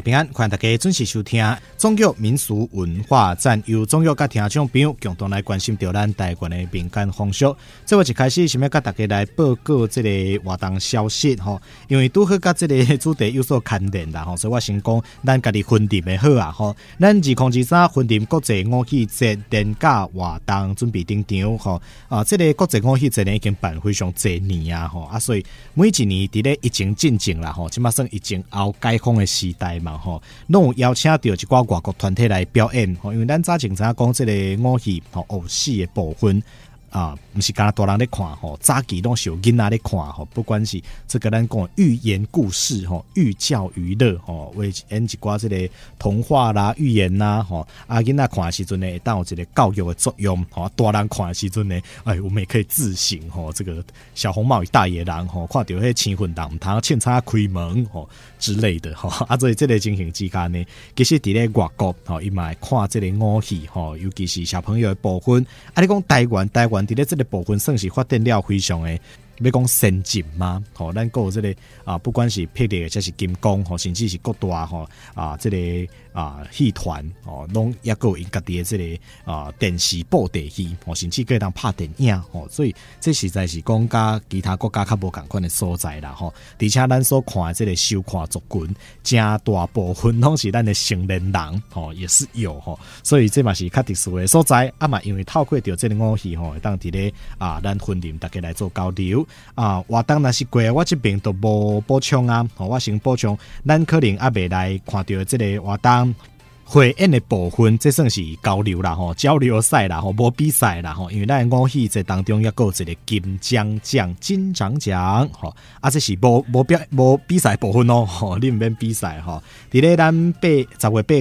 平安，欢迎大家准时收听中国民俗文化站，由中国甲听众朋友共同来关心到咱台湾的民间风俗。这我一开始想要甲大家来报告这个活动消息吼，因为拄好甲这个主题有所牵连啦吼，所以我先讲咱家己分店的好啊吼。咱2023分店国际五喜节年假活动准备登场吼这个国际五喜节呢已经办非常多年啊吼所以每一年伫咧疫情进程啦吼，即马算疫情后解封的时代嘛吼，拢有邀请到一寡外国团体来表演吼，因为咱早前知影讲这个五戏吼学戏的部分不是干大人咧看吼，早期拢是有囡仔咧看吼，不管是这个咱讲寓言故事吼、寓教于乐吼，为演一寡这个童话啦、寓言啦吼，囡仔看的时阵呢，当有一个教育的作用吼，大人看的时阵呢，我们也可以自省吼，这个小红帽与大野狼吼，看到迄青云人唔通凊彩开门吼之类的吼，所以这个情形之间呢，其实伫咧外国吼，伊嘛看这个五戏吼，尤其是小朋友的部分，你讲台湾伫咧这个部分算是发展了非常的要讲先进吗？吼，咱有这个不管是霹雳或者是金光吼，甚至是各大吼这个戏团吼，拢也有因家己的这个电视布袋戏吼，甚至可以当拍电影吼，所以这实在是讲甲其他国家较无共款的所在啦吼。而且咱所看的这个收看族群，真大部分拢是咱的成年人吼，也是有吼，所以这嘛是较特殊的所在嘛，因为透过着这个五戏吼，当伫咧咱分店大家来做交流。活动若是过，我这边都无补充我先补充，咱可能也未来看到这个活动汇演的部分，这算是交流啦吼，交流赛啦吼，无比赛啦吼，因为咱五戏在当中也有一个金奖奖、金掌奖吼，这是无比赛部分哦吼，你唔免比赛吼。伫咧咱10月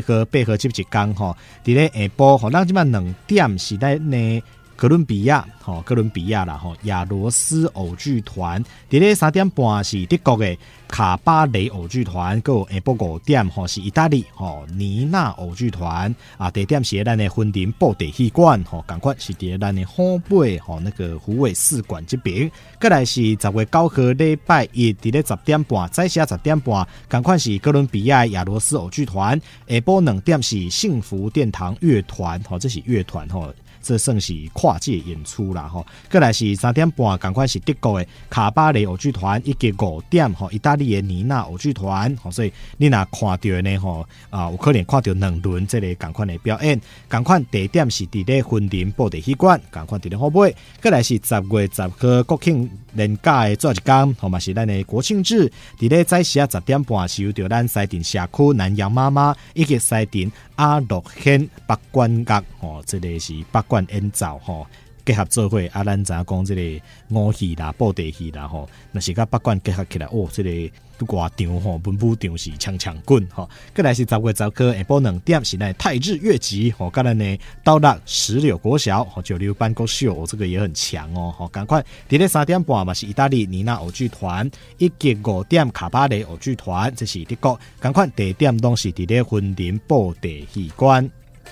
8号这一天吼，伫咧下晡吼，咱即摆2点是在呢。哥伦比亚啦吼，亚罗斯偶剧团，伫咧3点半是德国的卡巴雷偶剧团，还有下晡5点吼是意大利吼尼纳偶剧团地点是咱的分店布袋戏馆吼，同款是伫咱的虎尾吼那个虎尾四馆这边，再来是10月9号礼拜一伫咧10点半，早些10点半，同款是哥伦比亚亚罗斯偶剧团，下晡2点是幸福殿堂乐团吼，这是乐团吼。这算是跨界演出啦吼，再来是3点半，同款是德国的卡巴雷偶剧团，以及5点吼意大利的尼纳偶剧团吼，所以你若看到呢吼有可能看到2轮这个同款的表演，同款地点是伫咧分店布袋戏馆，同款伫咧虎尾，再来是10月10号国庆年假的最后一天，吼嘛是咱的国庆日，伫咧早时10点半是由着咱西屯社区南洋妈妈以及西屯阿乐县北管乐吼，这个是北管演奏吼结合做伙咱知影讲这个五戏啦、布袋戏啦吼，那是甲北管结合起来这个外场吼文武场是强棍吼。再来是10月10号下晡2点是咱太日乐集吼，甲咱的到达石榴国小吼九流班国秀，这个也很强哦吼。赶快伫咧3点半嘛是意大利尼纳偶剧团，以及5点卡巴雷偶剧团，这是德国。赶快地点拢是伫咧分店布袋戏馆。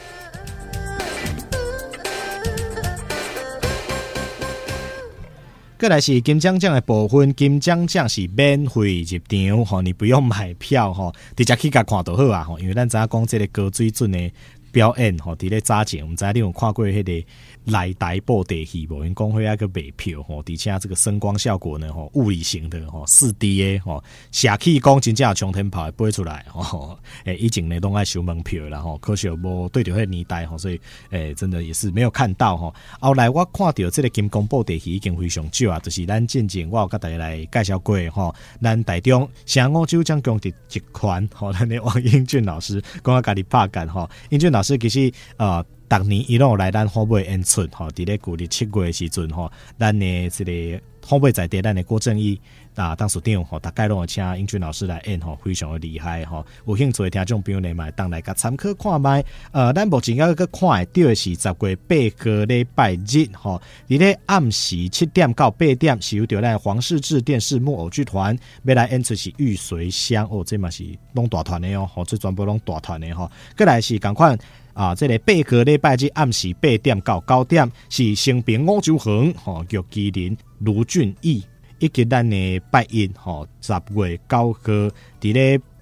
再来是金奖奖的部分，金奖奖是免费入场吼，你不用买票吼，直接去甲看就好啊吼。因为咱知影讲这个高水准的表演吼，伫咧早前我们知你有看过迄个来台布袋戏无？因讲会那个卖票吼，而且这个声光效果呢吼，物理型的吼，4D 的吼，下气功真正冲天炮会飞出来吼。以前呢拢爱收门票啦吼，可惜无对着迄个年代吼，所以真的也是没有看到吼。后来我看到这个金光布袋戏已经非常少啊，就是咱进前我有甲大家来介绍过吼，咱台中城五九奖奖的集团吼，咱的王英俊老师讲啊家己拍干吼，英俊老师其实逐年伊拢有来咱虎尾演出吼，伫咧旧年7月的时阵吼，咱的这个虎尾在地咱的郭正义当属长吼，大概拢有请英俊老师来演吼，非常的厉害吼。有兴趣的听众朋友呢，嘛当来甲参考看卖。咱目前要去看的到的是10月8号礼拜日吼，伫咧暗时7点到8点是由着咱黄氏志电视木偶剧团要来演出是玉髓香哦，这嘛是拢大团的哦，吼，这全部拢大团的吼。再来是同款。这个8号礼拜日暗时8点到9点是成平五洲园吼，玉麒麟卢俊义，以及咱的拜一吼10月9号伫咧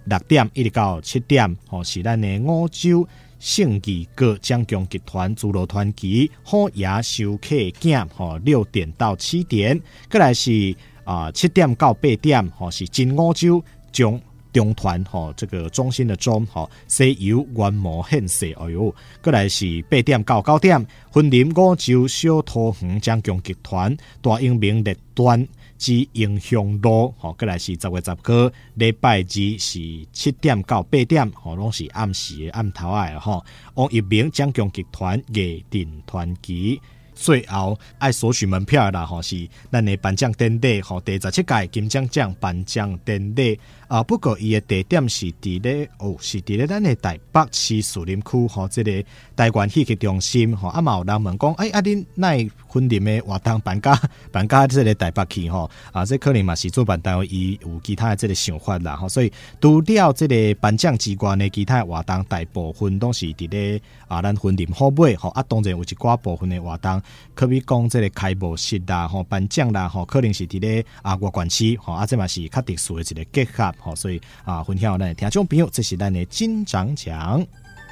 6点一直到7点，是咱的五洲圣义阁蒋公集团自罗团旗虎爷收客囝，6点到7点，再来是7点到8点，是真五洲中团这个中心的中西游元模献世，哎呦，再来是8点到9点，分林五洲小桃园蒋公集团大英明列端之英雄路，再来是10月10号礼拜二是7点到8点，拢是暗时的暗头仔的王一鸣蒋公集团夜店团旗。最后爱索取门票啦，是咱的颁奖典礼，第17届金奖奖颁奖典礼不过伊的地点是伫咧咱的台北市士林区这个台湾戏剧中心嘛有人问讲恁哪婚礼的活动办到这个台北去这可能嘛是主办单位伊有其他的这个想法啦所以除了这个颁奖之外呢，其他的活动大部分都是伫咧咱婚礼后尾当然有一寡部分的活动。可比讲这个开幕式啦、颁奖啦，可能是伫咧外县市，这嘛是较特殊的一个结合，所以分享咱的听众朋友，这是咱的金长奖。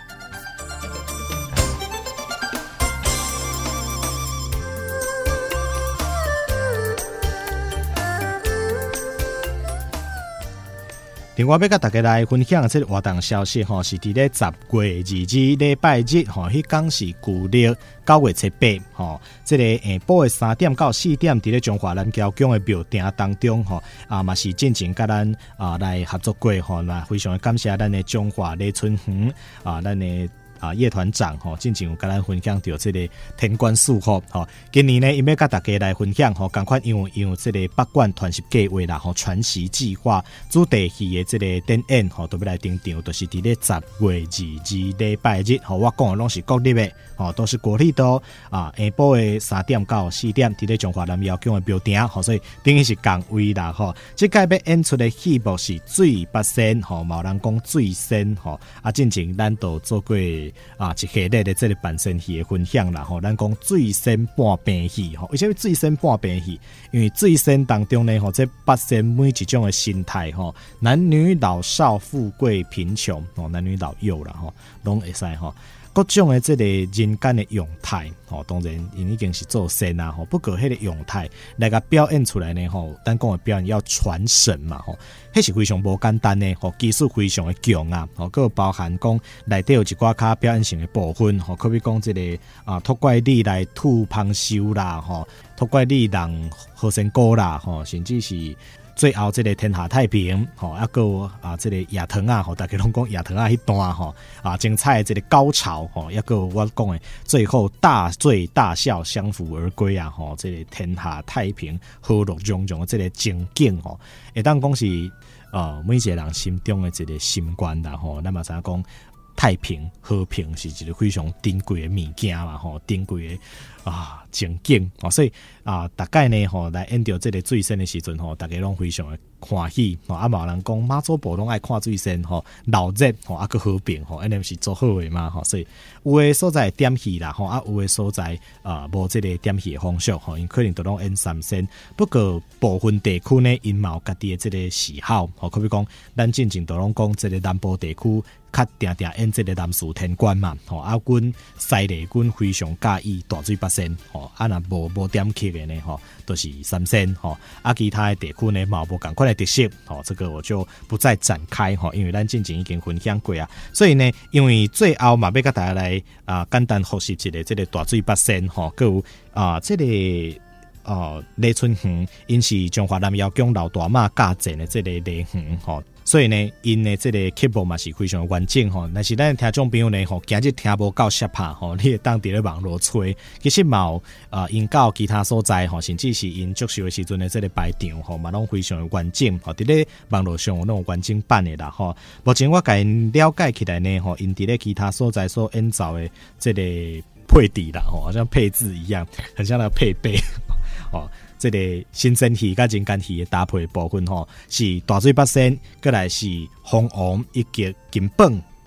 另外要甲大家来分享这个活动消息是伫咧10月22礼拜日迄天是旧历9月7日这个下晡的3点到4点伫咧中华南桥宫的庙埕当中嘛是进行甲咱来合作过那非常感谢咱的中华李春恒咱的叶团长进前有跟咱分享到这个天官赐福今年呢，伊要跟大家来分享同款因为这个北管传习计划啦传习计划主题戏的这个展演都要来登场，就是伫咧10月22礼拜日我讲的拢是国历的都是国历的下晡的3点到4点伫咧中华南窑宫的庙埕所以等于是同位啦这届要演出的戏目是水八仙嘛有人讲水仙进前咱都做过一系列的这个半仙戏的分享啦咱讲水仙半病戏为什么水仙半病戏？因为水仙当中呢这八仙每一种的心态男女老少富贵贫穷男女老幼啦拢会使各种的这个人间的样态当然因已经是做仙啦不过迄个样态来个表演出来呢咱讲的表演要传神嘛迄是非常无简单的技术非常的强还包含讲内底有一寡较表演性的部分可比讲这个托怪力来吐芳修啦托怪力人和仙歌啦甚至是最后这个天下太平还有这个野糖大家拢讲野糖迄段精彩的这个高潮还有我讲的最后大醉大笑相扶而归这个天下太平和乐融融的这个情景会当讲是每一个人心中的一个心愿啦咱嘛知影讲太平和平是一个非常珍贵的物件嘛珍贵的情景所以大概呢来演到这个水仙的时阵大家拢非常的欢喜嘛有人讲妈祖婆拢爱看水仙闹热还和平安尼是做好的嘛所以有的所在点戏啦有的所在无这个点戏的方式因可能都拢演三仙，不过部分地区呢因嘛有家己的这个喜好可比讲咱进前都拢讲这个南部地区较定定演这个南树天官嘛阮西丽阮非常介意大水八仙若无点起的呢都是三仙其他的地区呢嘛无同款的特色这个我就不再展开因为咱进前已经分享过所以呢因为最后嘛要跟大家来简单复习一个这个大水八仙还有这个李春恒因是中华南窑宫老大妈驾前的这个李恒所以呢因的这个曲目嘛是非常完整但是咱的听众朋友呢今日听无够适合你会当伫咧网络吹其实嘛有因到其他所在甚至是因祝寿的时阵的这个排场嘛拢非常的完整伫咧网络上有那种完整版的啦目前我甲因了解起来呢因伫咧其他所在所演奏的这个配置啦好像配置一样很像那个配备这个新鲜戏甲人间戏的搭配部分是大水八仙，再来是凤凰以及金榜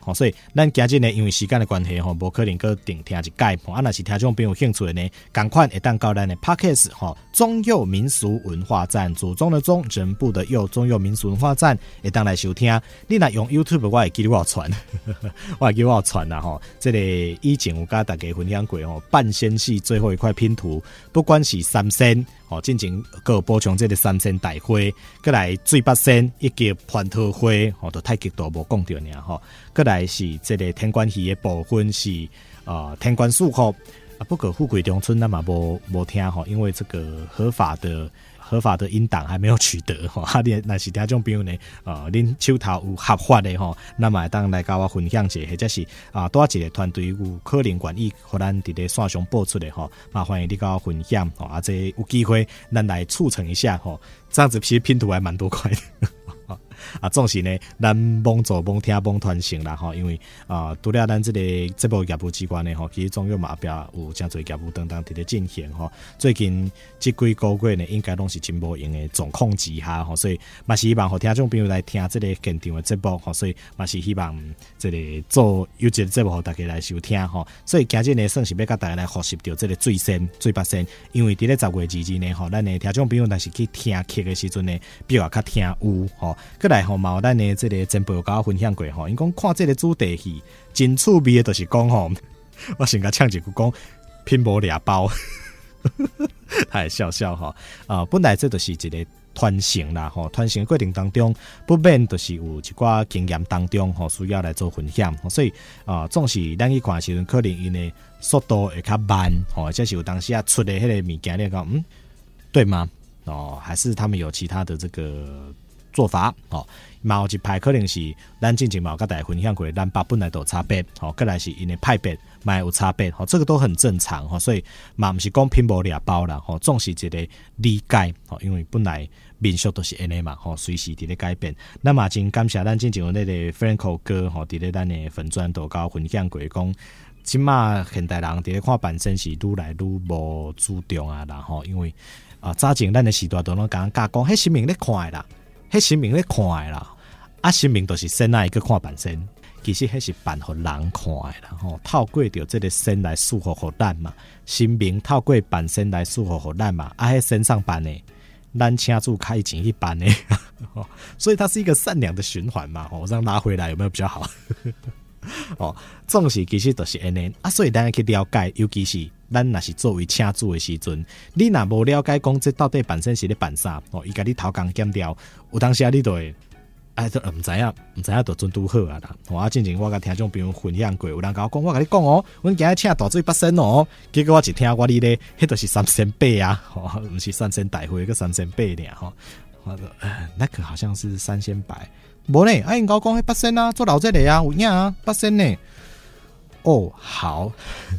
所以咱今日呢，因为时间的关系无可能搁定听一届若是听众朋友有兴趣的呢，赶快会当到咱的 Podcast 中佑民俗文化站，祖宗的宗，人部的佑，中佑民俗文化站会当来收听。你若用 YouTube 我会记得我有传我会记得我有传啦这个以前有甲大家分享过半仙戏最后一块拼图，不管是三仙进前还有补充这个三仙大花，再来水八仙以及蟠桃花都太极都无讲到尔再来是这个天官戏的部分是天官束缚不过富贵中村咱嘛无听因为这个合法的音档还没有取得你若是听众朋友呢恁手头有合法的那么当来跟我分享一下，或者是多一个团队有可能愿意和咱伫咧线上播出的那欢迎你跟我分享这有机会咱来促成一下这样子其实拼图还蛮多块的总是呢咱蒙做蒙听蒙传承啦因为除了咱这个节目业务机关呢其实中央嘛标有真侪业务等等伫咧进行最近这几个月呢应该拢是真无用的状况之下所以嘛是希望听众朋友来听这个现场的节目所以嘛是希望这个做有一个节目给大家来收听所以今日呢算是要甲大家来学习到这个最八仙，因为伫咧10月22呢咱的听众朋友若是去听课的时阵呢比较较听有再来嘛有咱的这个前辈有甲我分享过因讲看这个主题戏真趣味的就是讲我先甲唱一句讲拼无俩包他会笑本来这就是一个传承啦传承过程当中不免就是有一寡经验当中需要来做分享所以总是咱去看的时阵可能因的速度会较慢或者是有当时出的迄个物件你讲对吗还是他们有其他的这个做法嘛有一派可能是咱之前嘛有跟大家分享过咱爸本来都有差别再来是因的派别嘛有差别这个都很正常所以嘛不是讲拼无俩包啦总是一个理解因为本来民俗都是这样嘛随时在改变。那么真感谢咱之前有那个 Franco 哥在咧咱的粉专都跟我分享过讲现在现代人在看bản身是愈来愈无注重啦因为早前咱的时代都拢讲迄神明咧看的啦迄神明咧看的啦神明就是先来去看bản身，其實迄是扮互人看的啦透過着這個身來束縛互咱嘛，神明透過扮身來束縛互咱嘛迄身上扮的咱請主開錢去扮的所以它是一個善良的循環嘛我這樣拉回來有沒有比較好總是其實就是這樣所以咱要去了解，尤其是咱若是作為請主的時陣你若無了解講這到底本身是咧扮啥伊甲你頭工檢調有當時你就會都唔知影就準拄好啊啦之前我甲聽眾朋友分享過有人甲我講我甲你講阮今日請大水八仙結果我一聽我你咧迄都是三仙八啊不是三仙大會個三仙八爾我說那個好像是三仙白無呢因甲我講迄八仙啊做老這個啊有影啊八仙呢好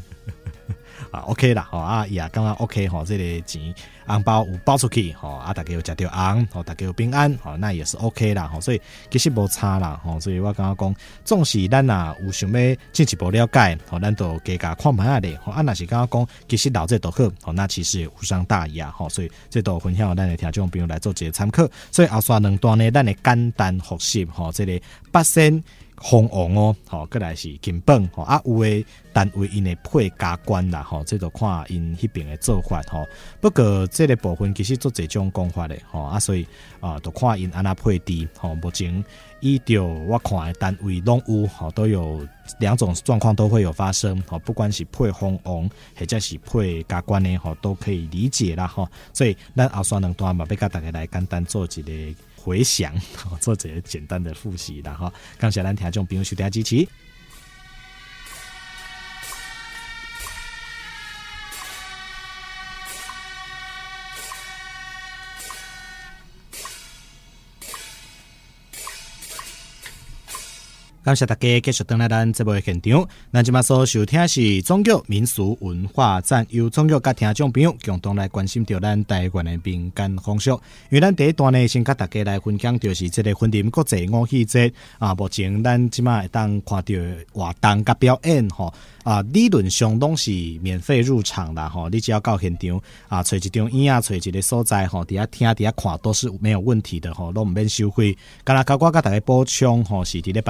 OK 啦也感覺 OK 這個錢紅包有包出去大家有吃到紅大家有平安那也是 OK 啦所以其實無差啦所以我感覺講總是咱有想要進一步了解咱就加看賣咧若是感覺講其實老這都好那其實無傷大雅所以這都分享咱的聽眾朋友來做一個參考。所以後續兩段呢咱會簡單複習這個八仙鳳凰再來是金榜有的單位因會配加官啦這就看因迄邊的做法不過這個部分其實做這種講法的所以就看因安那配置目前依照我看的單位攏有都有兩種狀況都會有發生不管是配鳳凰或者是配加官的都可以理解啦所以咱後續兩段嘛要甲大家來簡單做一個回想做這個簡單的複習啦感謝咱聽眾朋友收聽支持。感謝大家繼續回來咱節目的現場，咱今麥所收聽是中國民俗文化站，由中國甲聽眾朋友共同來關心到咱台灣的民間風俗。因為咱第一段呢，先甲大家來分享就是這個雲林國際五戲節目前咱今麥會當看到活動甲表演理論上都是免費入場啦你只要到現場找一張椅找一個所在伫遐聽伫遐看都是沒有問題的都唔免收費。剛才我甲大家補充是伫咧頒獎典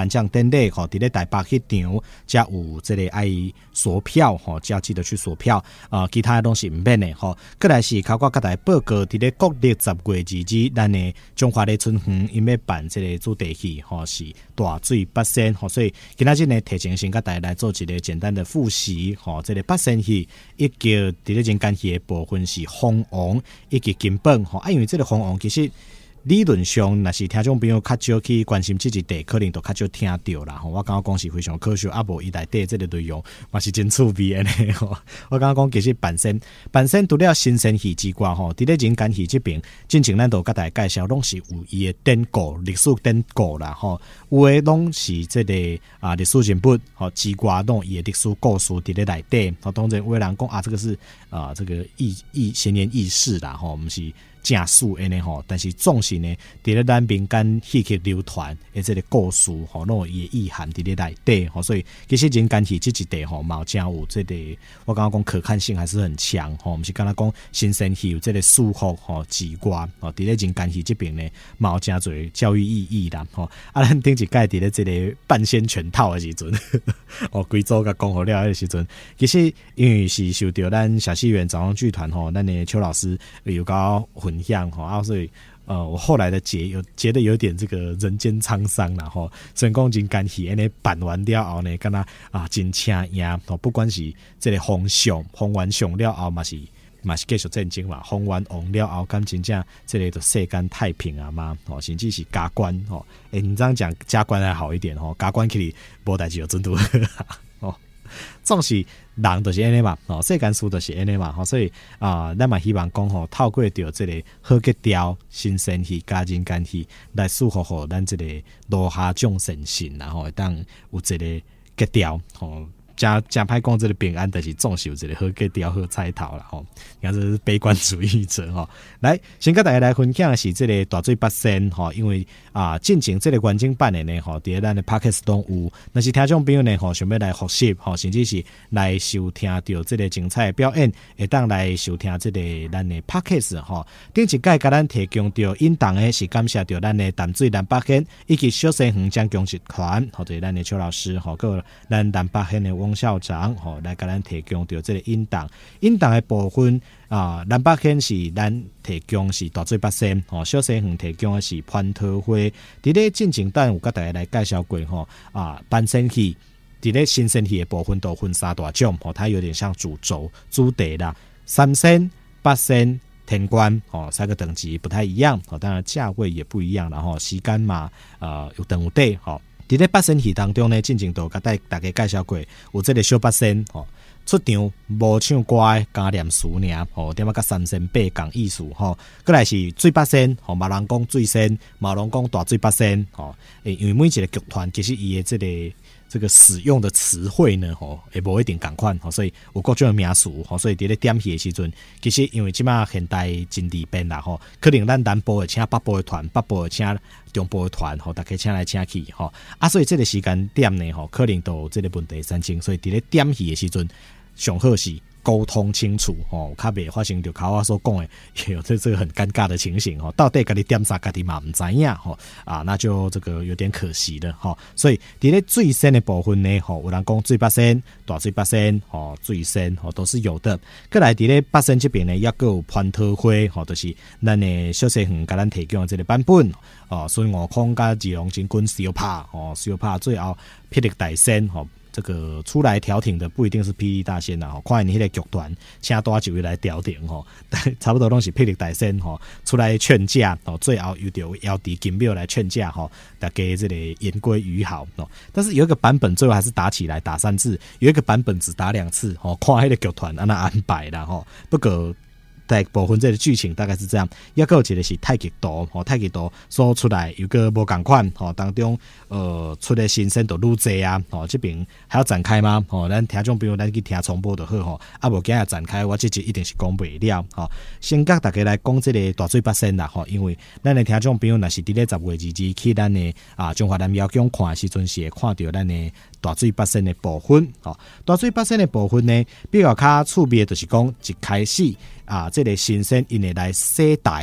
典礼吼，伫咧台北迄场才有这个爱锁票吼，只要记得去锁票其他的东西唔免的吼。过来是考国各大报告伫咧国历10月2日，咱的中华的春园因要办这个主题曲吼，是大水八仙吼，所以今仔日呢提前先甲大家来做一个简单的复习吼，这个八仙戏以及伫咧人间戏的部分是凤凰以及金本吼，因为这个凤凰其实理论上，若是听众朋友较少去关心这一题，可能都较少听到啦。我刚刚讲是非常科学，无伊内底这个内容嘛是真趣味的呢。我刚刚讲其实本身除了新鲜戏之外，伫咧人间戏这边，进前咱都甲大家介绍，拢是有伊的典故、历史典故啦。有的拢是这个历史人物，之外拢伊的历史故事伫咧内底。当然有的人讲这个是这个闲言逸事啦，毋是正史安尼吼，但是总是呢，伫咧咱民间戏曲流传的这个故事吼，拢有伊的意涵伫咧内底吼，所以其实人间戏这一块吼，嘛真有这个我刚刚讲可看性还是很强吼，毋是刚才讲新鲜戏有这个束缚吼之外吼，伫咧人间戏这边呢，嘛有真侪教育意义啦吼。咱顶一届伫咧这个半仙全套的时阵，规组甲讲好了的时阵，其实因为是受到咱小戏园早上剧团吼，咱的邱老师有搞混响吼，所以我后来的觉得有点这个人间沧桑啦吼，所以讲人间戏安尼办完了后呢，敢若真请赢吼，不管是这个封完上了后嘛是继续战争嘛，封完王了后，敢真正这个就世间太平啊嘛，甚至是加官吼，你这样讲加官还好一点吼，加官起来无代志就真拄哦，总是人就是安尼嘛，世间事就是安尼嘛，所以咱嘛希望讲透过着这个好格调、新鲜戏、加人间戏来束缚互咱这个落下众生心，然后当有一个格调吼。真歹讲这个平安，但是总是有一个好格调、好彩头啦吼。你看这是悲观主义者吼。来，先跟大家来分享的是这个大水八仙吼，因为进行这个完整版的呢吼，伫咱的 Podcast 中有，若是听众朋友呢吼，想要来学习吼，甚至是来收听到这个精彩的表演，会当来收听这个咱的 Podcast 吼。顶一届甲咱提供到引导的是感谢到咱的淡水南北县以及小西园将公集团，或者咱的邱老师吼，个咱南北县的汪校长吼，来甲咱提供到这个引导的部分南北县是咱提供是大水八仙吼，小西园提供的是蟠桃花。伫咧进前段有甲大家来介绍过吼半仙戏，伫咧新鲜戏的部分都分三大种吼，它有点像主题啦，三仙、八仙、天官三个等级不太一样当然价位也不一样，然后时间嘛有长有短伫咧八仙戏当中呢，进前都甲大家介绍过，有这个小八仙出场无唱歌的，加念词尔点甲三仙八讲意思过来是水八仙嘛人讲水仙，嘛人讲大水八仙因为每一个剧团其实伊的这个使用的词汇呢也无一定同款所以有各种的名词所以伫咧点戏的时阵，其实因为即马现代真利便啦可能咱南部会请北部的团，北部会请中部的团大家请来请去所以这个时间点呢可能都有这个问题产生，所以伫咧点戏的时阵上好是沟通清楚较袂发生着口话所讲的有这个很尴尬的情形到底家己点啥家己嘛唔知影那就这个有点可惜的所以伫咧水仙的部分呢有人讲水八仙、大水八仙水仙都是有的。过来伫咧八仙这边呢，也有蟠桃花就是咱的小西园甲咱提供的这个版本孙悟空甲二龙神君相拍相拍最后霹雳大仙这个出来调停的不一定是霹雳大仙啦，看你迄个剧团请大几位来调停差不多拢是霹雳大仙出来劝架最后又着要伫金庙来劝架大家这个言归于好但是有一个版本最后还是打起来打3次，有一个版本只打2次看迄个剧团安排啦不过大部分这个剧情大概是这样，也有一个是太极图太极图所出来有个无同款当中出的新鲜都愈济这边还要展开吗咱听众朋友咱去听重播就好无今日展开我这集一定是讲不了先甲大家来讲这个大水八仙啦因为咱的听众朋友若是伫咧10月2日去咱的中华南庙宫看的时阵是会看到咱的大水八仙的部分大水八仙的部分呢比较较趣味的就是讲一开始这个新鲜因会来洗台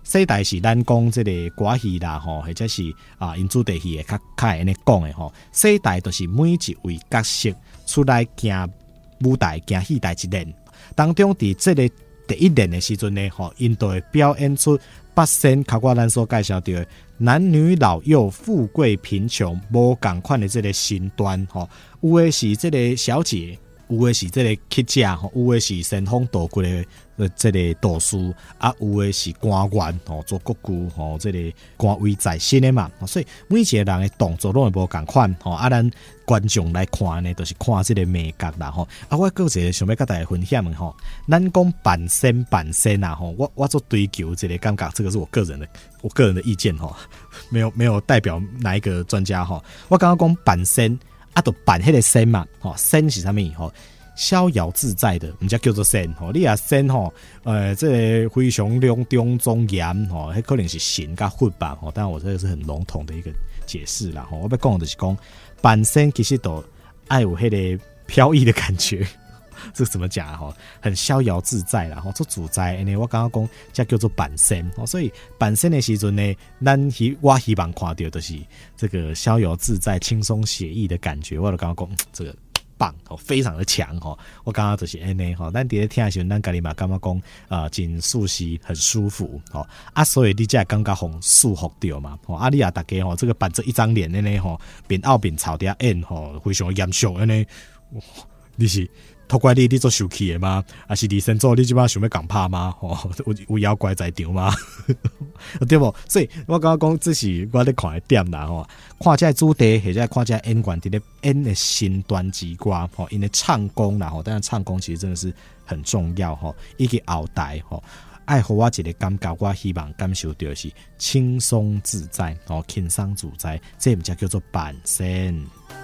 世代是咱讲这个歌戏啦吼，或者是因主题戏会较会安尼讲的吼。世代就是每一位角色出来行舞台、行戏台一练当中，伫这个第一练的时阵呢，吼，因都会表演出八仙，包括咱所介绍到的男女老幼、富贵贫穷无共款的这个身段吼，有的是这个小姐。有的是这个乞家吼，有的是仙风道骨的这个道士有的是官员吼，做国舅吼，这个官位在身的嘛，所以每一个人的动作拢会无共款吼。咱观众来看呢，就是看这个美感啦吼。我个一个想要跟大家分享的吼，咱讲扮仙啊吼，我做追求这个感觉，这个是我个人的意见吼，没有代表哪一个专家吼。我刚刚讲扮仙。就扮迄个仙嘛，仙是啥物？逍遥自在的，唔叫做仙。你仙这个非常隆重庄严，迄可能是神甲佛吧。当然我这个是很笼统的一个解释啦。我要讲的就是讲扮仙其实都爱有迄个飘逸的感觉。这怎么讲很逍遥自在啦，做自在呢。我刚刚讲，这叫做扮仙所以扮仙的时阵呢，我希望看到就是这个逍遥自在、轻松写意的感觉。我就刚刚讲这个棒非常的强我刚刚就是安尼咱伫咧听的时候，咱家己嘛感觉讲真舒适、很舒服所以你才感觉很舒服掉嘛你大家这个板着一张脸的呢面凹面槽底下演非常严肃安尼，你是。托怪你做生气的吗？还是你先做你即摆想要讲拍吗？有妖怪在场吗？对不？所以我刚刚讲这是我咧看的点啦看这主题或者看这演员伫咧演的身段之歌因为唱功啦当然唱功其实真的是很重要以及后台爱互我一个感觉，我希望感受到是轻松自在轻松自在，这毋才叫做扮仙。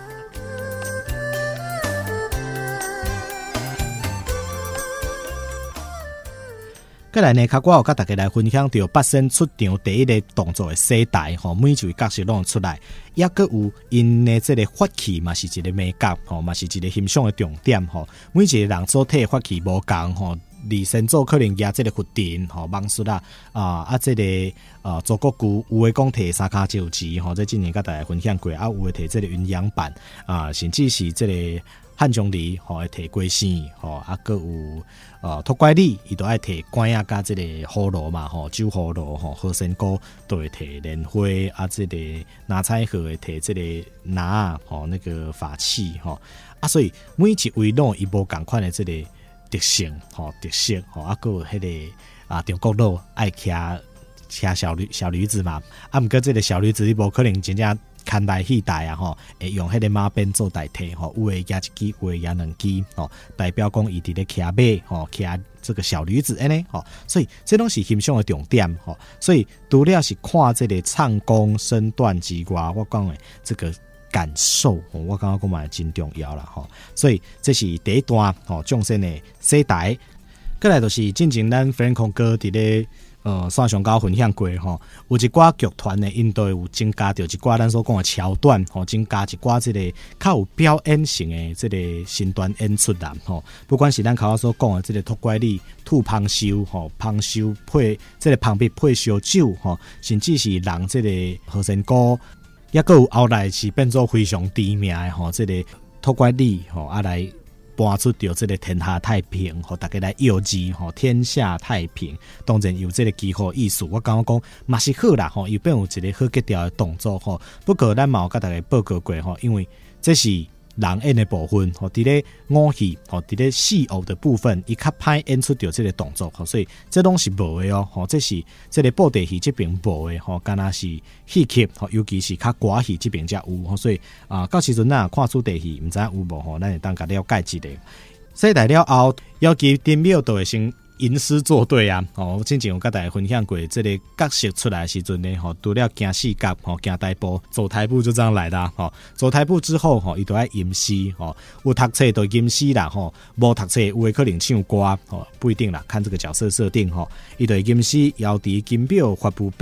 再来呢，我有跟大家来分享到八仙出场第一个动作的世代每一位角色拢出来，也佫有因的这个法器嘛是一个美感嘛是一个欣赏的重点每一个人所摕的法器无共李先祖可能举这个佛殿芒术啦这个做国舅有的讲摕三脚九旗这今年跟大家分享过有的摕这个云阳板甚至是这个汉中梨会摕龟仙佫有托怪李伊都爱摕管仔甲这个葫芦嘛酒葫芦和仙姑都会摕莲花这个拿彩盒会摕这个拿那个法器所以每一位拢有无共款的这个特性特色佫有迄个中国佬爱骑小驴子嘛毋过这个小驴子你无可能真正看台戏台会用迄个马鞭做代替有的举一支，有的举两支代表讲伊伫咧骑马骑这个小驴子安尼所以这拢是欣赏的重点所以除了是看这个唱功身段之外，我讲的这个感受我刚刚讲嘛真重要啦所以这是第一段众生的世代。再来就是进前咱 Franco 哥伫咧线上跟我分享过有一寡剧团呢因都有增加到一寡咱所讲的桥段增加一寡这个较有表演性的这个身段演出啦不管是咱口所讲的这个托怪李吐芳修芳修配这个芳鼻配烧酒甚至是人这个和仙姑也佫有后来是变做非常知名的这个托怪李来搬出到这个天下太平大家来耀字天下太平，当然有这个几何意思我刚刚讲嘛是好啦又变有一个好结调的动作不过咱嘛有跟大家报告过因为这是人演的部分伫咧武戏伫咧戏偶的部分伊较歹演出到这个动作所以这拢是无的这是这个布袋戏这边无的敢若是戏曲尤其是较歌戏这边才有所以到时阵咱看主题戏毋知有无咱会当甲了解一下。世代了后要求丁庙都会先吟诗作对之前有跟大家分享过这个角色出来的时阵呢除了行四角行台步走台步就这样来的走台步之后伊都要吟诗有读册就吟诗啦无读册有的可能唱歌不一定啦，看这个角色设定伊就吟诗遥伫金表发布边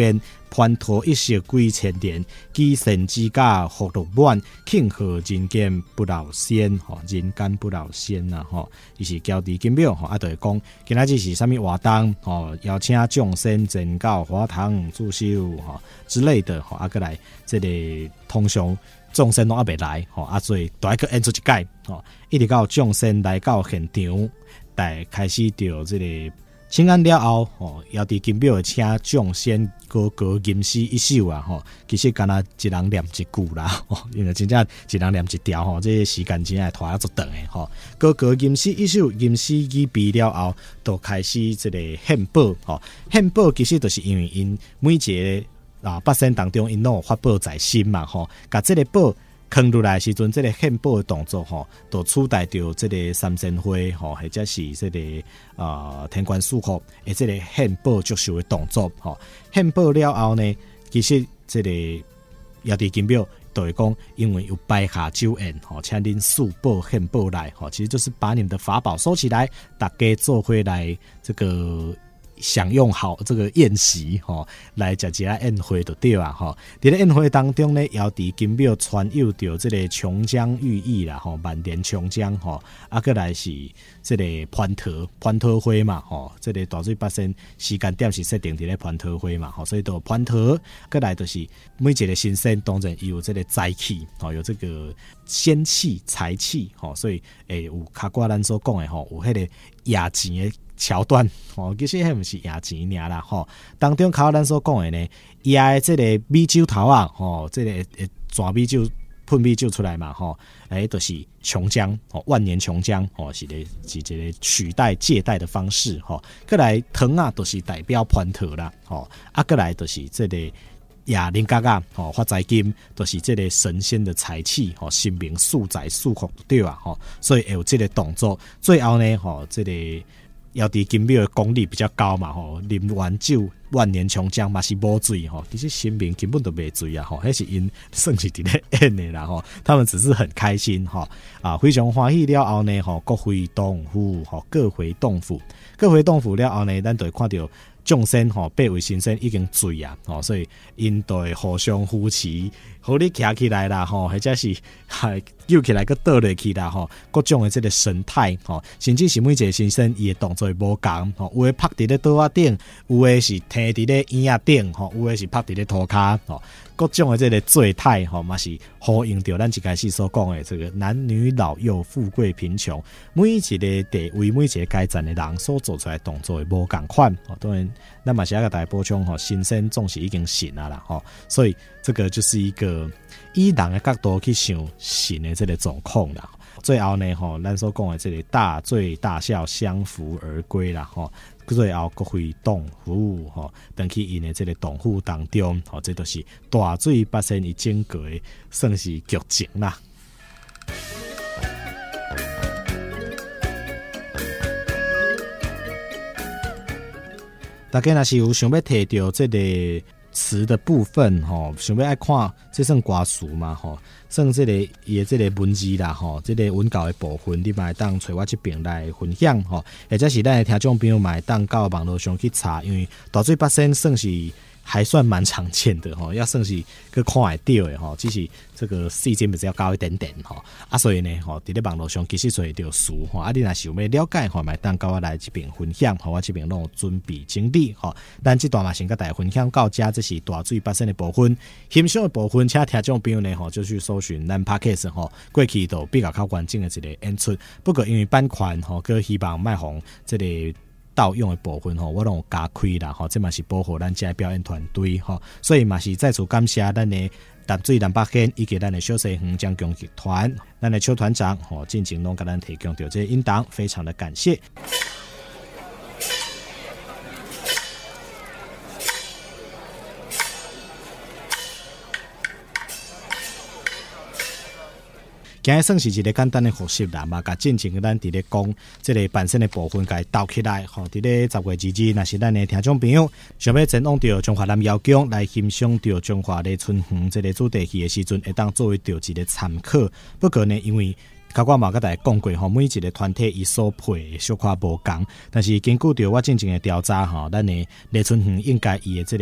蟠桃一色几千年，基神之家福禄满，庆贺人间不老仙，人间不老仙呐，伊是交伫金庙，啊，就是讲今仔日是啥物活动，邀请众仙前到华堂祝寿，之类的，啊，过来这个通常众仙拢还未来，啊，所以大家演出一届，一直到众仙来到现场，来开始着这个。请安了后，要伫金庙请众仙高吟诗一首啊，其实敢若一人念一句啦，因为真正一人念一条，这个时间真系拖啊足长诶，高吟诗一首，吟诗语毕了后，就开始这个献宝，献宝其实就是因为因每一个百姓当中因拢有发宝在心嘛，甲这个宝。放入来时阵，这个献宝的动作就取代掉这个三仙花或者是这个天官赐福的这个献宝祝寿的动作献宝了后呢，其实这个也伫金庙就会讲，因为有摆下酒宴请恁赐宝献宝来其实就是把你们的法宝收起来，大家做回来这个。享用好这个宴席来食一下宴会就对啊在宴会当中呢，也伫金庙传有着这个琼浆玉液啦万年琼浆啊，过来是这个蟠桃花嘛这个大水百姓时间点是设定伫咧蟠桃花嘛所以就蟠桃，过来就是每一个新鲜当然有这个财气有这个仙气财气所以有卡挂咱所讲的有迄个压钱的桥段其实迄毋是赢钱尔啦当中靠咱所讲的呢，伊的这个米酒头啊这个转米酒喷米酒出来嘛就是琼浆万年琼浆是一个取代借代的方式过来糖啊都是代表蟠桃啦啊过来就是这个亚灵嘎嘎发财金都是这个神仙的财气神明素财素福对啊所以会有这个动作，最后呢这个要伫金庙的功力比较高嘛啉完酒万年琼浆嘛是无醉其实神明根本都没醉啊迄是因算是伫咧演的啦他们只是很开心非常欢喜了后呢各回洞府各回洞府了后呢，咱就会看到众仙八位神仙已经醉啊所以因就会互相扶持，互你徛起来啦或者是扭起来个倒落去啦各种的这个神态甚至是每一个神仙伊的动作无同有的拍伫咧桌仔顶，有的是摕伫咧椅仔顶有的是拍伫咧涂骹各种的这个醉态嘛是呼应到咱一开始所讲的这个男女老幼富贵贫穷每一个地位每一个阶层的人所做出来的动作无同款当然咱嘛是要给大家补充神仙总是已经神啊啦所以这个就是一个以人的角度去想神的这个状况啦。最后呢咱所讲的这个大醉大笑相扶而归啦最后各回洞府等去因的这个洞府当中这都是大水百姓一整个的算是剧情啦。大家若是有想要摕到这个词的部分想要爱看这算歌词嘛算这个伊的这个文字啦这个文稿的部分你嘛会当找我这边来分享或者是咱的听众朋友嘛会当到网络上去查，因为大水百姓算是还算蛮常见的要算是去看会到的只是这个细节比较高一点点所以呢伫咧网络上其实找会到书你若想要了解嘛当到我来这边分享我这边拢有准备整理咱这段嘛先跟大家分享到这，这是大水百姓的部分。欣赏的部分请听众朋友呢就去搜寻咱 Podcast 过去都比较完整的一个演出，不过因为版权佮希望卖互这个盗用的部分我拢有加开啦这嘛是保护咱这表演团队所以嘛是再次感谢咱的淡水南北县以及咱的小西园将军集团，咱的邱团长进前拢给咱提供到这个音档，非常的感谢。今日算是一个简单的复习啦嘛，甲进前咱伫咧讲这个bản身的部分，甲倒起来伫咧10月2日，若是咱的听众朋友想要前往到中华南瑶宫来欣赏到中华的春园这个主题曲的时阵，会当作为到一个参考。不过呢，因为我嘛甲大家讲过每一个团体伊所配小可无同，但是根据着我进前的调查咱的丽春园应该伊的这个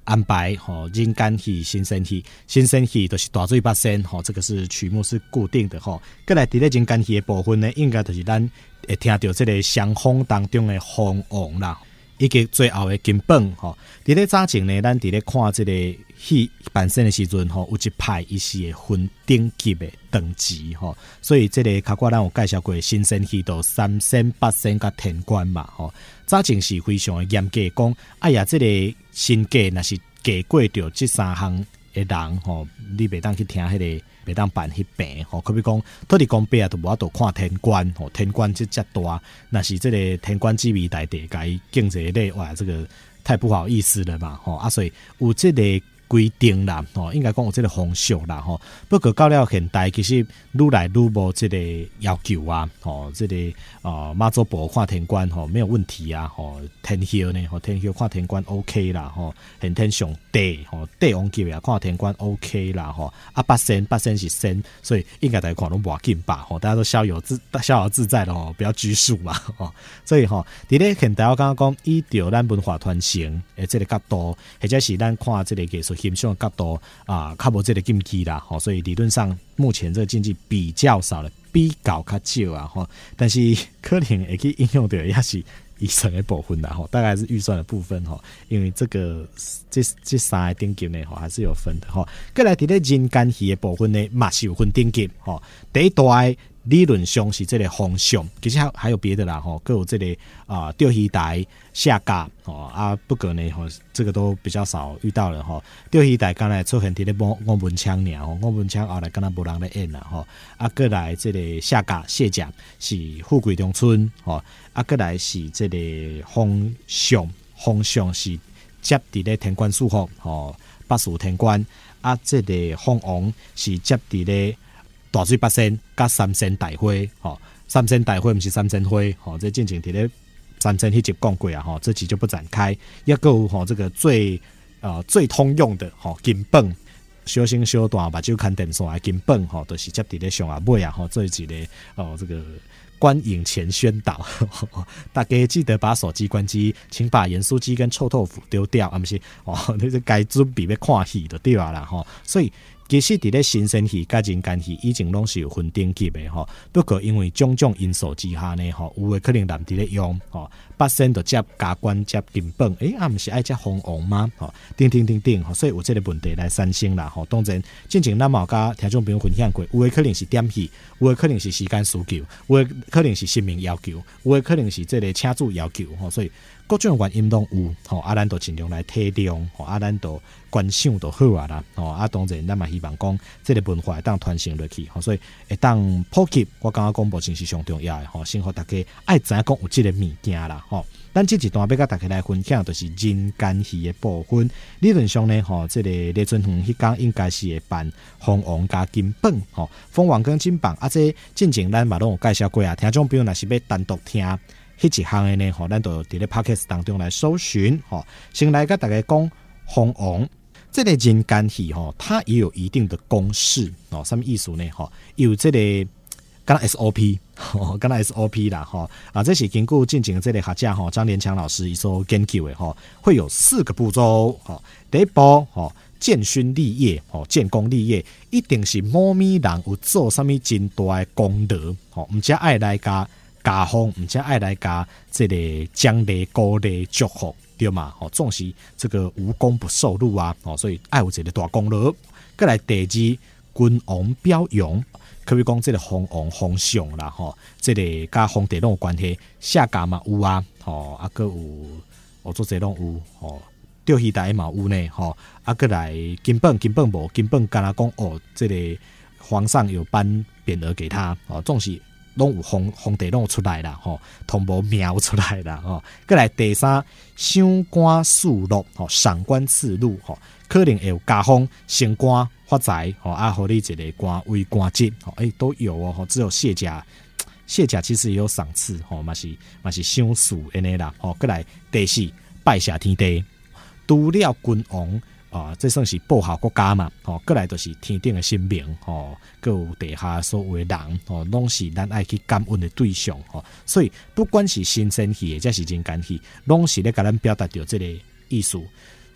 安排人间戏、新生戏，新生戏就是大水八仙这个是曲目是固定的再来伫咧人间戏的部分呢，应该就是咱会听到这个双风当中的风王啦，以及最后的金本伫咧早前呢，咱伫咧看这个戏办身的时阵有一派伊是会分等级的等级所以这个较早咱有介绍过新生戏到三仙、八仙甲天官嘛早前是非常的严格讲，哎呀，这个新价若是价过着这三项的人你袂当去听迄个，袂当办迄病可比讲土地公伯啊，都无法度看天官天官这大，若是这个天官之位大地改敬这类，哇，这个太不好意思了嘛所以有这个规定啦应该讲有这个风俗啦不过到了现代，其实愈来愈无这个要求啊这个妈祖婆看天官没有问题啊天后呢天后看天官 OK 啦先天上帝帝王级啊看天官 OK 啦八仙是仙，所以应该大家看拢无要紧吧大家都逍遥自在的不要拘束嘛所以伫咧现代我刚刚讲以着咱文化传承的这个角度，或者是咱看这个艺术欣赏的角度较无这个禁忌啦所以理论上目前这个禁忌比较少了，比较少啊但是可能会去应用到也是医生的部分啦大概是预算的部分因为这个这三个等级呢还是有分的再来伫咧人间戏的部分呢嘛是有分等级第一大理论上是这个风俗，其实还有别的啦各有这个钓鱼台下架不过呢这个都比较少遇到了钓鱼台刚才出现伫咧我文枪尔我文枪后来敢若无人咧演啦再来这个下架卸甲是富贵中村再来是这个风俗是接伫咧天官书府八属天官这个风王是接伫咧大水八仙甲三仙大花三仙大花不是三仙花这进前伫咧三仙迄集讲过啊这集就不展开。也有这个最通用的金本，小生小大目睭看电视的金本都是接伫咧上下尾做一个这个观影前宣导大家记得把手机关机，请把盐酥鸡跟臭豆腐丢掉不是你是该准备要看戏就对了啦所以其实伫咧新生戏甲人间戏以前拢是有分等级的不过因为种种因素之下呢有的可能难伫咧用八仙就接加官接金本不是爱接风王吗等，所以有这个问题来产生啦当然之前咱嘛有甲听众朋友分享过，有的可能是点戏，有的可能是时间需求，有的可能是生命要求，有的可能是这个请主要求所以各种原因拢有咱就尽量来体谅咱就观赏就好啦当然咱嘛希望讲这个文化会当传承落去所以会当普及，我感觉讲目前是上重要的先互大家爱知影讲有这个物件啦咱这一段要甲大家来分享就是人间戏的部分。理论上呢这个李春红迄天应该是会办风王加金本风王跟金榜这进前咱嘛拢有介绍过听众朋友若是要单独听迄一项的呢咱就伫咧 Podcast 当中来搜寻先来甲大家讲风王这个人间戏它也有一定的公式什么意思呢有这个敢若 SOP 敢若 SOP 啦这是根据进前这个学者张连强老师伊所研究的会有4个步骤第一步建勋立业建功立业，一定是某咪人有做什么真大的功德唔只爱来加封，唔只爱来加这个奖励鼓励祝福对嘛总是这个无功不受禄啊所以爱有这个大功劳。再来第二君王表扬，可比讲这个风王风相啦这个甲皇帝拢有关系，下架嘛有啊还有做这拢有钓鱼台嘛有呢再来金本无金本敢若讲这个皇上有颁匾额给他总是拢有皇帝拢有出来啦同无苗出来啦再来第三赏官赐禄赏官赐禄可能会有加封升官发财互你一个官位官职都有只有卸甲其实也有赏赐嘛是赏赐安尼啦再来第四拜下天地，除了君王这算是报效国家嘛再来就是天顶的神明还有地下所有的人拢是咱爱去感恩的对象所以不管是新生戏或者是人间戏，拢是咧甲咱表达到这个意思。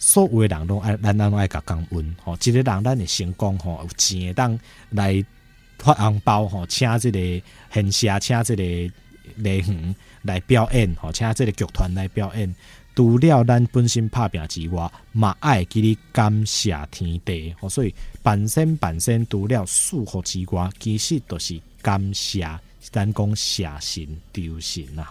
所有的人拢爱，咱拢爱甲感恩吼。一个人咱会成功吼，有钱会当来发红包吼，请这个现社，请这个礼园来表演吼，请这个剧团来表演。除了咱本身拍拼之外，嘛爱记哩感谢天地吼。所以办身除了祝福之外，其实都是感谢，咱讲谢神丢神啊。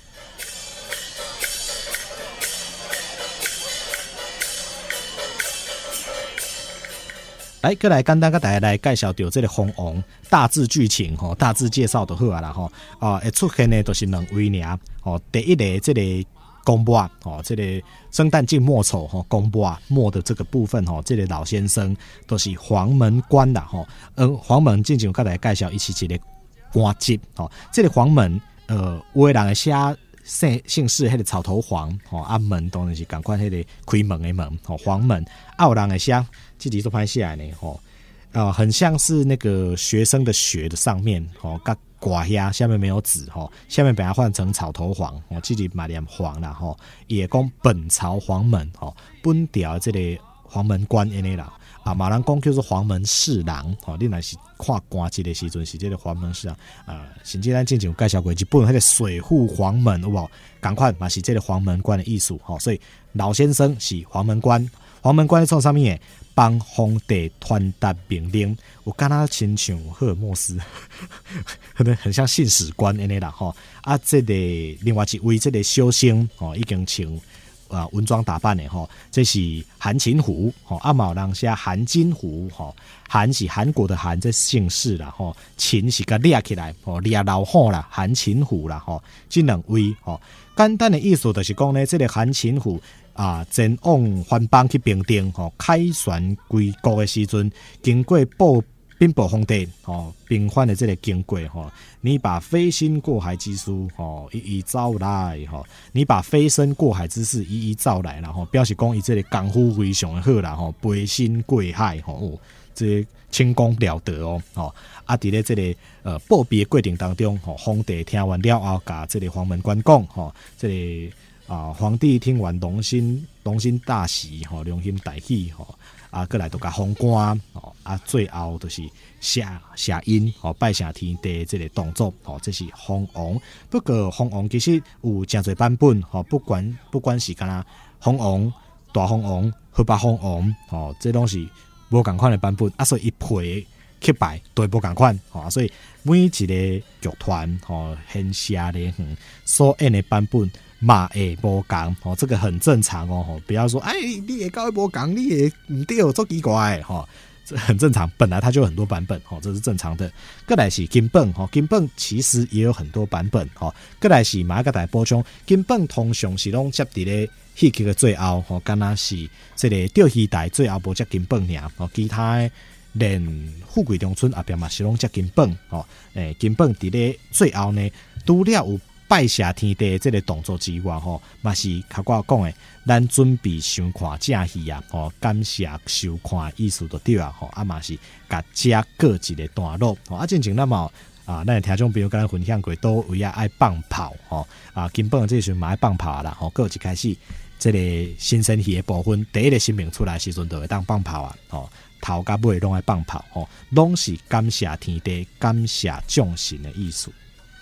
再来简单甲大家来介绍到这个红王大致剧情吼，大致介绍就好啊啦吼。会出现的都是两位尔吼。第一个这个公婆吼，这个圣诞节末丑吼，公婆末的这个部分吼，这个老先生都是黄门官啦吼。黄门进前甲大家介绍，伊是一个官职吼。这个黄门有的人会写姓氏迄个草头黄吼，啊门当然是共款迄个开门的门吼，黄门。有人会写这字都歹写呢吼，很像是那个学生的学的上面吼，甲挂遐下面没有子吼，下面把它换成草头黄吼，这字嘛念黄啦吼，也讲本朝黄门吼，本朝这个黄门官安尼啦。嘛人讲叫做黄门侍郎吼，你若是看官职的时阵是这个黄门侍郎甚至咱之前有介绍过一本迄个水户黄门有无？同款嘛是这个黄门官的意思吼，所以老先生是黄门官，黄门官在创啥物诶？帮皇帝传达命令，有敢若亲像赫尔墨斯，很像信使官安尼啦吼。这个另外一位这个修仙已经穿文装打扮的吼，这是韩擒虎吼，嘛有人写韩金虎吼，韩是韩国的韩，这姓氏啦吼，擒是甲掠起来吼，掠老虎啦，韩擒虎啦吼，这两位吼，简单的意思就是讲呢，这个韩擒虎前往藩邦去平定吼，凯旋归国的时阵，经过兵部皇帝平反的这个经过你把飞身过海之书一一招来你把飞身过海之事一一招来，然后表示讲伊这个功夫非常的好啦飞身过海这轻功了得伫咧这个报备的过程当中皇帝听完了后，甲这个黄门官讲这个皇帝听完龙心大喜良心大喜过来就甲封官最后就是下阴拜谢天地这个动作这是封王。不过封王其实有真侪版本不管是敢若封王、大封王、河北封王这拢是无同款的版本所以一配去摆都无同款所以每一个剧团现下咧所演的版本嘛会无同这个很正常不要说你会搞无同，你会唔对，足奇怪这很正常，本来它就有很多版本这是正常的。再来是金本金本其实也有很多版本再来是马甲大补充，金本通常是拢接伫咧戏剧的最后敢若是这个钓鱼台最后无接金本尔其他的连富贵中村后边嘛是拢接金本金本伫咧最后呢，除了有拜谢天地这个动作之外嘛是较我讲的咱准备想看正戏感谢收看意思就对嘛是甲加各一个段落进前那么咱的听众朋友跟咱分享过都有爱放炮根本这时候嘛爱放炮啦各一开始这个新生戏的部分第一个新名出来的时阵就会当放炮头甲尾拢爱放炮拢是感谢天地感谢众神的意思。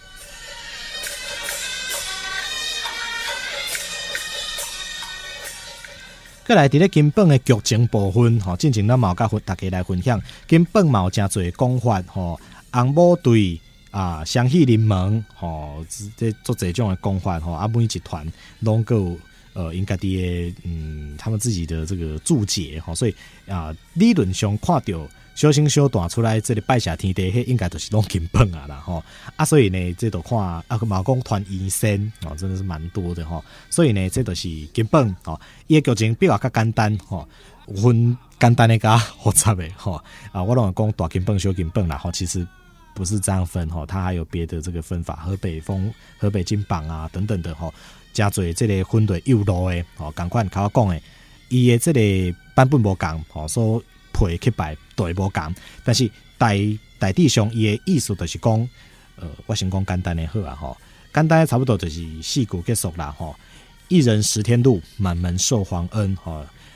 再来，伫咧金本的剧情部分，进前咱嘛甲大家来分享。金本嘛有真侪讲法，红某队双喜临门，这做这种的讲法，每一团拢够因家己的他们自己的这个注解，所以理论上看到小星小大出来，这个拜谢天地，迄应该就是拢金本啦所以呢，这都看嘛讲团医生真的是蛮多的所以呢，这都是金本伊个剧情比较较简单有分简单的甲复杂的我拢讲大金本小金本啦其实不是这样分它还有别的这个分法，河北金榜等等的加侪这个分类有路的同款较我讲的伊的这个版本无共所配去摆都无共，但是大体上伊的意思就是讲我先讲简单的好简单的差不多就是4句结束啦一人10天路，满门受皇恩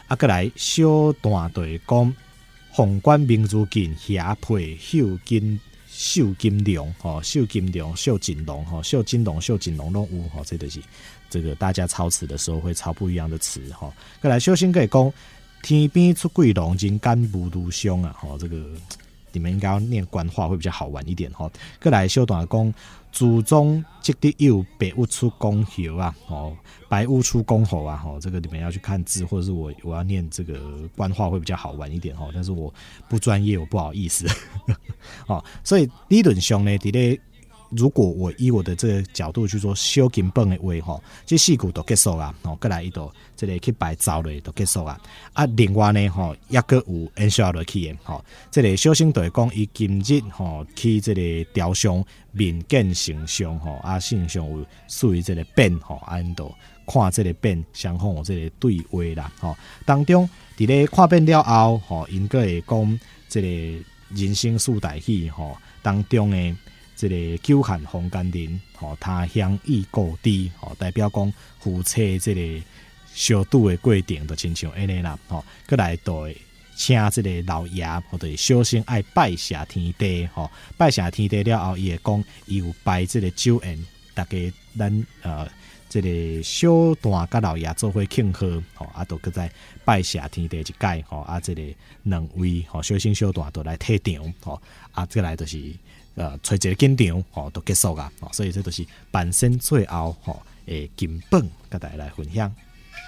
过来小段就是讲宏观名如镜霞配秀金龙秀金龙秀锦龙秀金龙秀锦龙拢有这就是这个大家抄词的时候会抄不一样的词过来小心可以讲天边出贵龙人间无如乡啊这个你们应该要念官话会比较好玩一点过来小段讲祖宗积德有白屋出公侯啊白屋出公侯啊这个你们要去看字或者是我要念这个官话会比较好玩一点但是我不专业我不好意思所以理论上呢如果我以我的这个角度去做小金本的话这4句都结束啊过来伊都这个去摆走了都结束啊另外呢也个有延续落去的这个小生就是讲伊今日去这个雕像面见形象形象有属于这个变因都看这个变相互这个对话啦当中伫咧看变了后因个会讲这个人生四大喜当中的这个久旱逢甘霖他乡遇故知代表讲夫妻这个相处的过程就亲像安尼啦过来就会请这个老爷或者小生爱拜谢天地拜谢天地了后伊会讲伊有拜这个酒宴大家咱这个小段甲老爷做伙庆贺都搁再拜谢天地一届这个两位小生小段都来退场这来就是找一个紧场都结束啊所以这就是bản身最后的金本跟大家来分享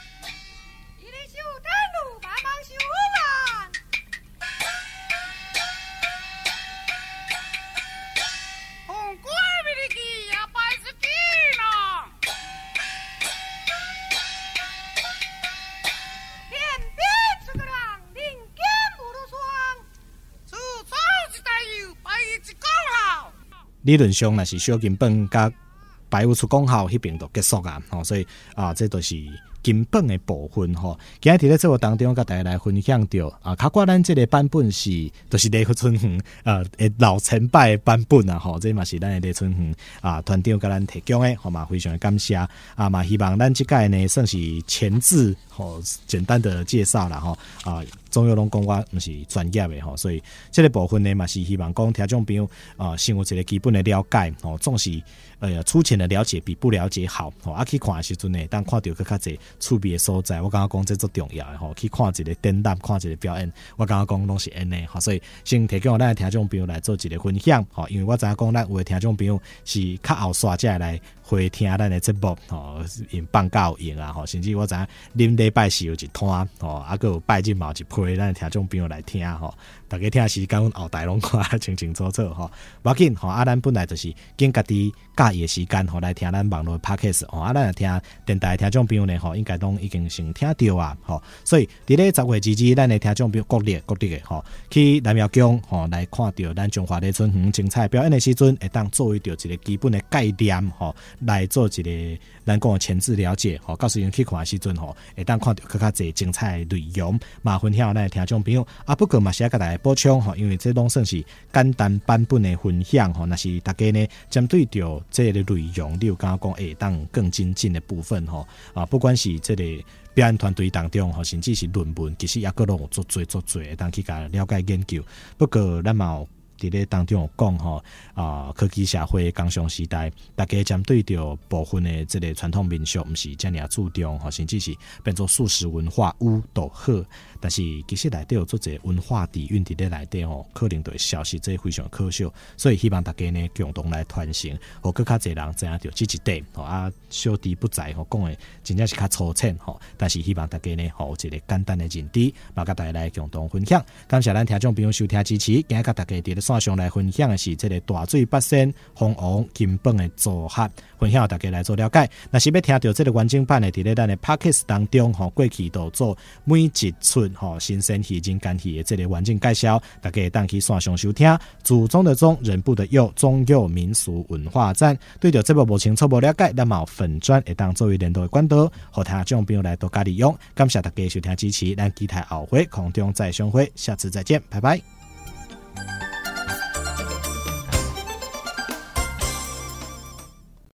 理论上若是小金本甲白屋出公校迄边就结束啊所以这就是金本的部分今日在这个当中跟大家来分享到较寡咱这个版本是就是李春恒老前辈的版本这嘛是咱的李春恒团长跟咱提供的嘛非常的感谢嘛希望咱这届呢算是前置简单的介绍啦中药拢讲我不是专业的所以这个部分呢嘛是希望讲听众朋友先有一个基本的了解总是粗浅的了解比不了解好去看的时阵呢当看到更较侪趣味的所在我感觉讲这最重要的去看一个展览看一个表演我感觉讲拢是安尼所以先提供咱的听众朋友来做一个分享因为我知影讲咱有的听众朋友是较后刷才来回听咱的节目用放假有用甚至我知影恁礼拜四有一摊还有拜日嘛有一批咱的听众朋友来听大家听时间阮后台拢看清清楚楚无要紧咱本来就是经家己假日的时间来听咱网络 Podcast 咱来听电台听众朋友呢应该都已经先听到啊所以伫咧10月之咱的听众朋友各地的去南庙宫来看到咱中华李春恒精彩表演的时阵会当作为着一个基本的概念来做一个咱讲的前置了解到时阵去看的时阵会当看到更较侪精彩的内容嘛分享咱的听众朋友不过嘛是要甲大家补充因为这拢算是简单版本的分享若是大家呢针对着这个内容你有感觉讲会当更精进的部分不管是这个表演团队当中甚至是论文其实也各拢有做会当去甲了解研究不过咱嘛伫咧当中有讲科技社会工商时代大家针对着部分的这个传统民俗不是这么注重甚至是变做素食文化有都好但是其实内底有做一个文化底蕴伫咧内底可能就会消失这非常可惜所以希望大家呢共同来传承更较侪人知影到这一点小弟不才讲的真正是较粗浅但是希望大家呢有一个简单的认知嘛甲大家来共同分享感谢咱听众朋友收听支持今日甲大家伫咧线上来分享的是这个大水八仙凤凰金本的组合分享大家来做了解若是要听到这个完整版的伫咧咱的 Podcast 当中过去都做每一出新鲜鱼人间鱼的这个完整介绍大家会当去线上收听祖宗的宗人部的佑中佑民俗文化站对着这部无清楚无了解咱嘛有粉专会当作为联络的管道和听众朋友来多加利用感谢大家收听支持咱期待后回空中再相会下次再见拜拜